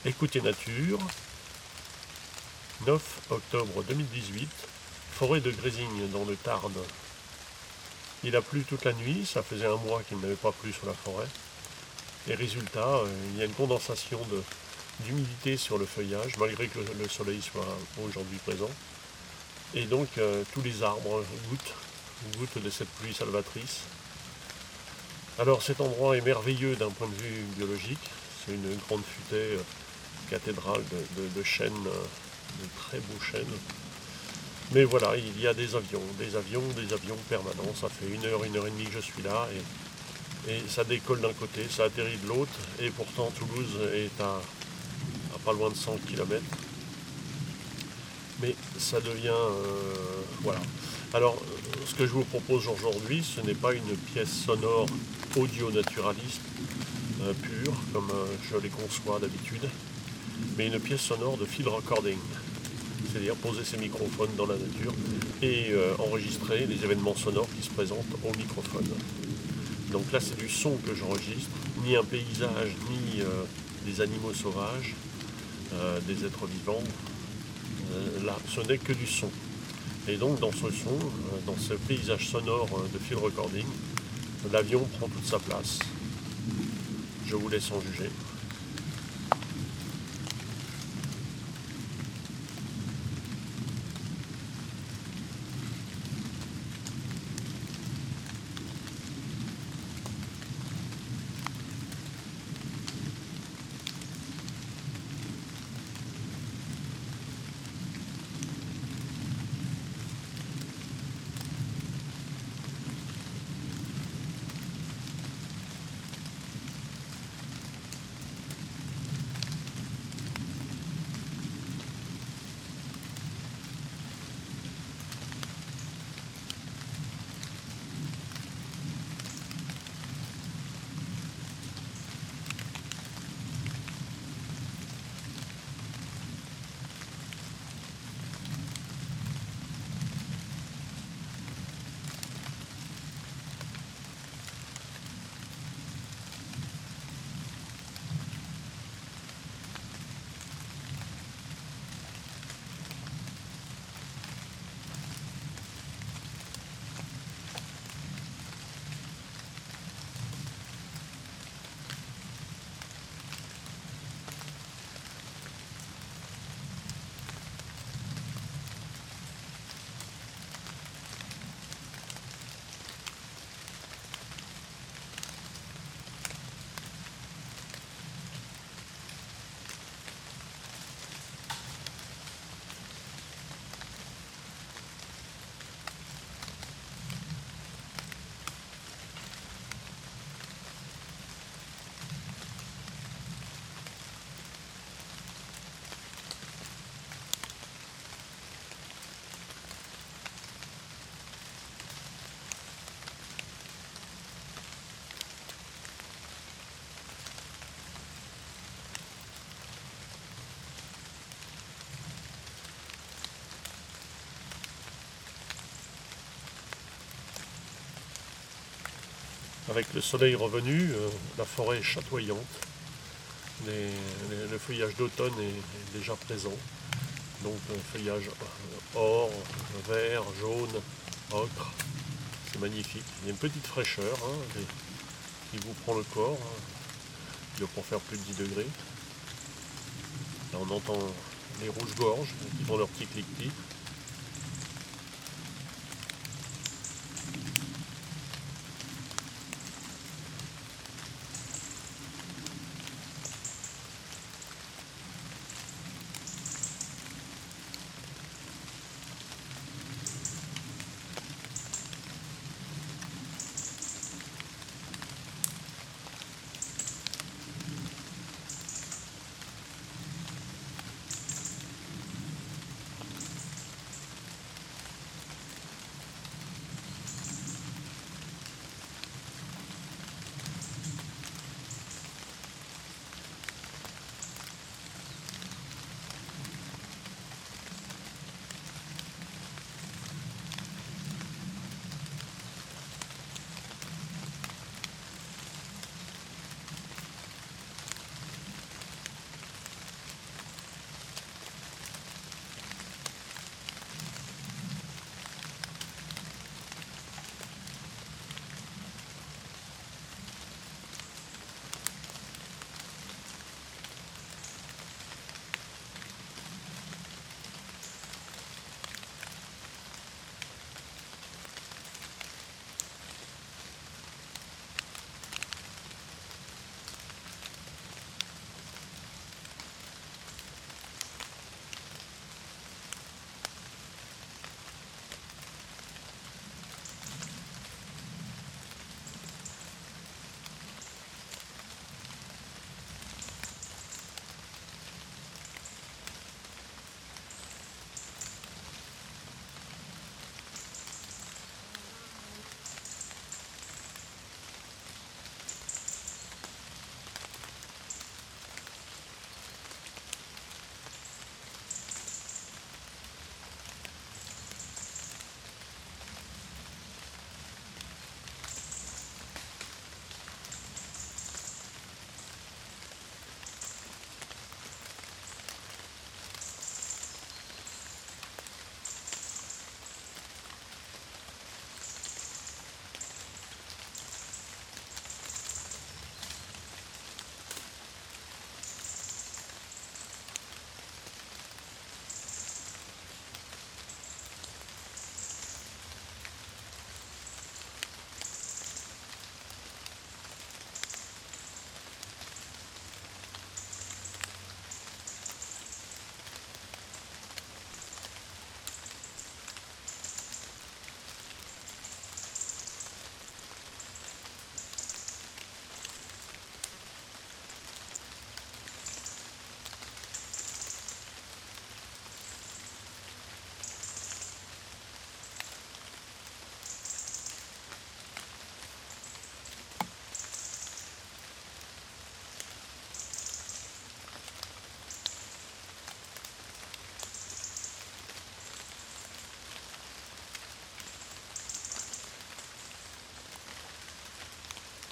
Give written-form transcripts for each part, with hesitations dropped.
Écoutez Nature, 9 octobre 2018, forêt de Grésigne dans le Tarn. Il a plu toute la nuit, ça faisait un mois qu'il n'avait pas plu sur la forêt. Et résultat, il y a une condensation d'humidité sur le feuillage, malgré que le soleil soit aujourd'hui présent. Et donc tous les arbres goûtent de cette pluie salvatrice. Alors cet endroit est merveilleux d'un point de vue biologique. C'est une grande futaie cathédrale de chênes, de très beaux chênes. Mais voilà, il y a des avions permanents. Ça fait 1 heure et demie que je suis là et ça décolle d'un côté, ça atterrit de l'autre. Et pourtant Toulouse est à pas loin de 100 km. Mais ça devient... voilà. Alors, ce que je vous propose aujourd'hui, ce n'est pas une pièce sonore audio-naturaliste pure, comme je les conçois d'habitude, mais une pièce sonore de field recording. C'est-à-dire poser ses microphones dans la nature et enregistrer les événements sonores qui se présentent au microphone. Donc là, c'est du son que j'enregistre, ni un paysage, ni des animaux sauvages, des êtres vivants. Là, ce n'est que du son. Et donc dans ce son, dans ce paysage sonore de field recording, l'avion prend toute sa place. Je vous laisse en juger. Avec le soleil revenu, la forêt est chatoyante. Le feuillage d'automne est déjà présent. Donc un feuillage or, vert, jaune, ocre. C'est magnifique. Il y a une petite fraîcheur qui vous prend le corps. Il doit pas faire plus de 10 degrés. Là on entend les rouges-gorges qui font leur petit clic-clic.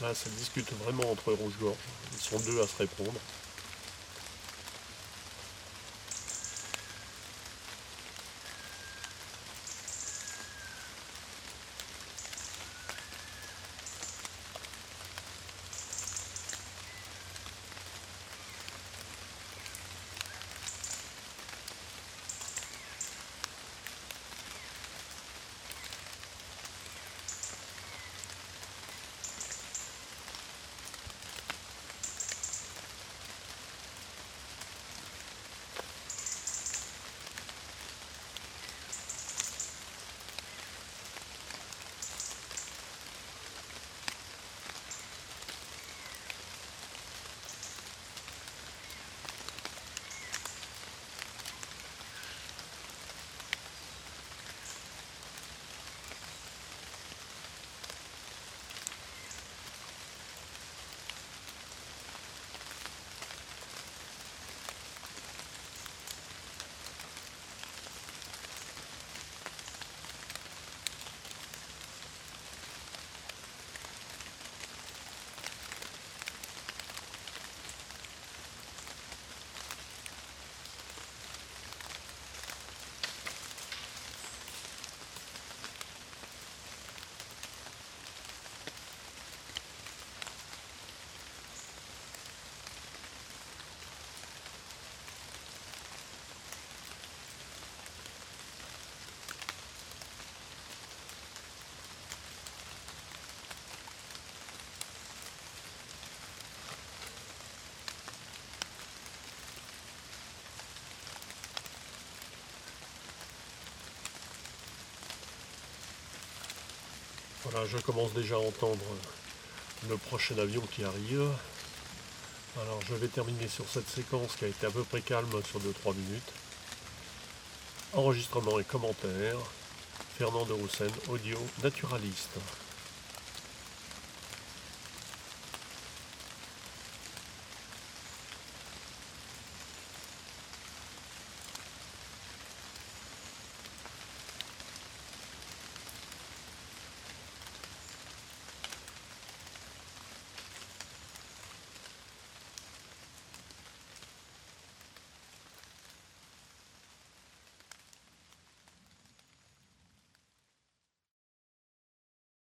Là, ça discute vraiment entre rouge-gorge. Ils sont deux à se répondre. Voilà, je commence déjà à entendre le prochain avion qui arrive. Alors je vais terminer sur cette séquence qui a été à peu près calme sur 2-3 minutes. Enregistrement et commentaires. Fernand de Roussen, audio naturaliste.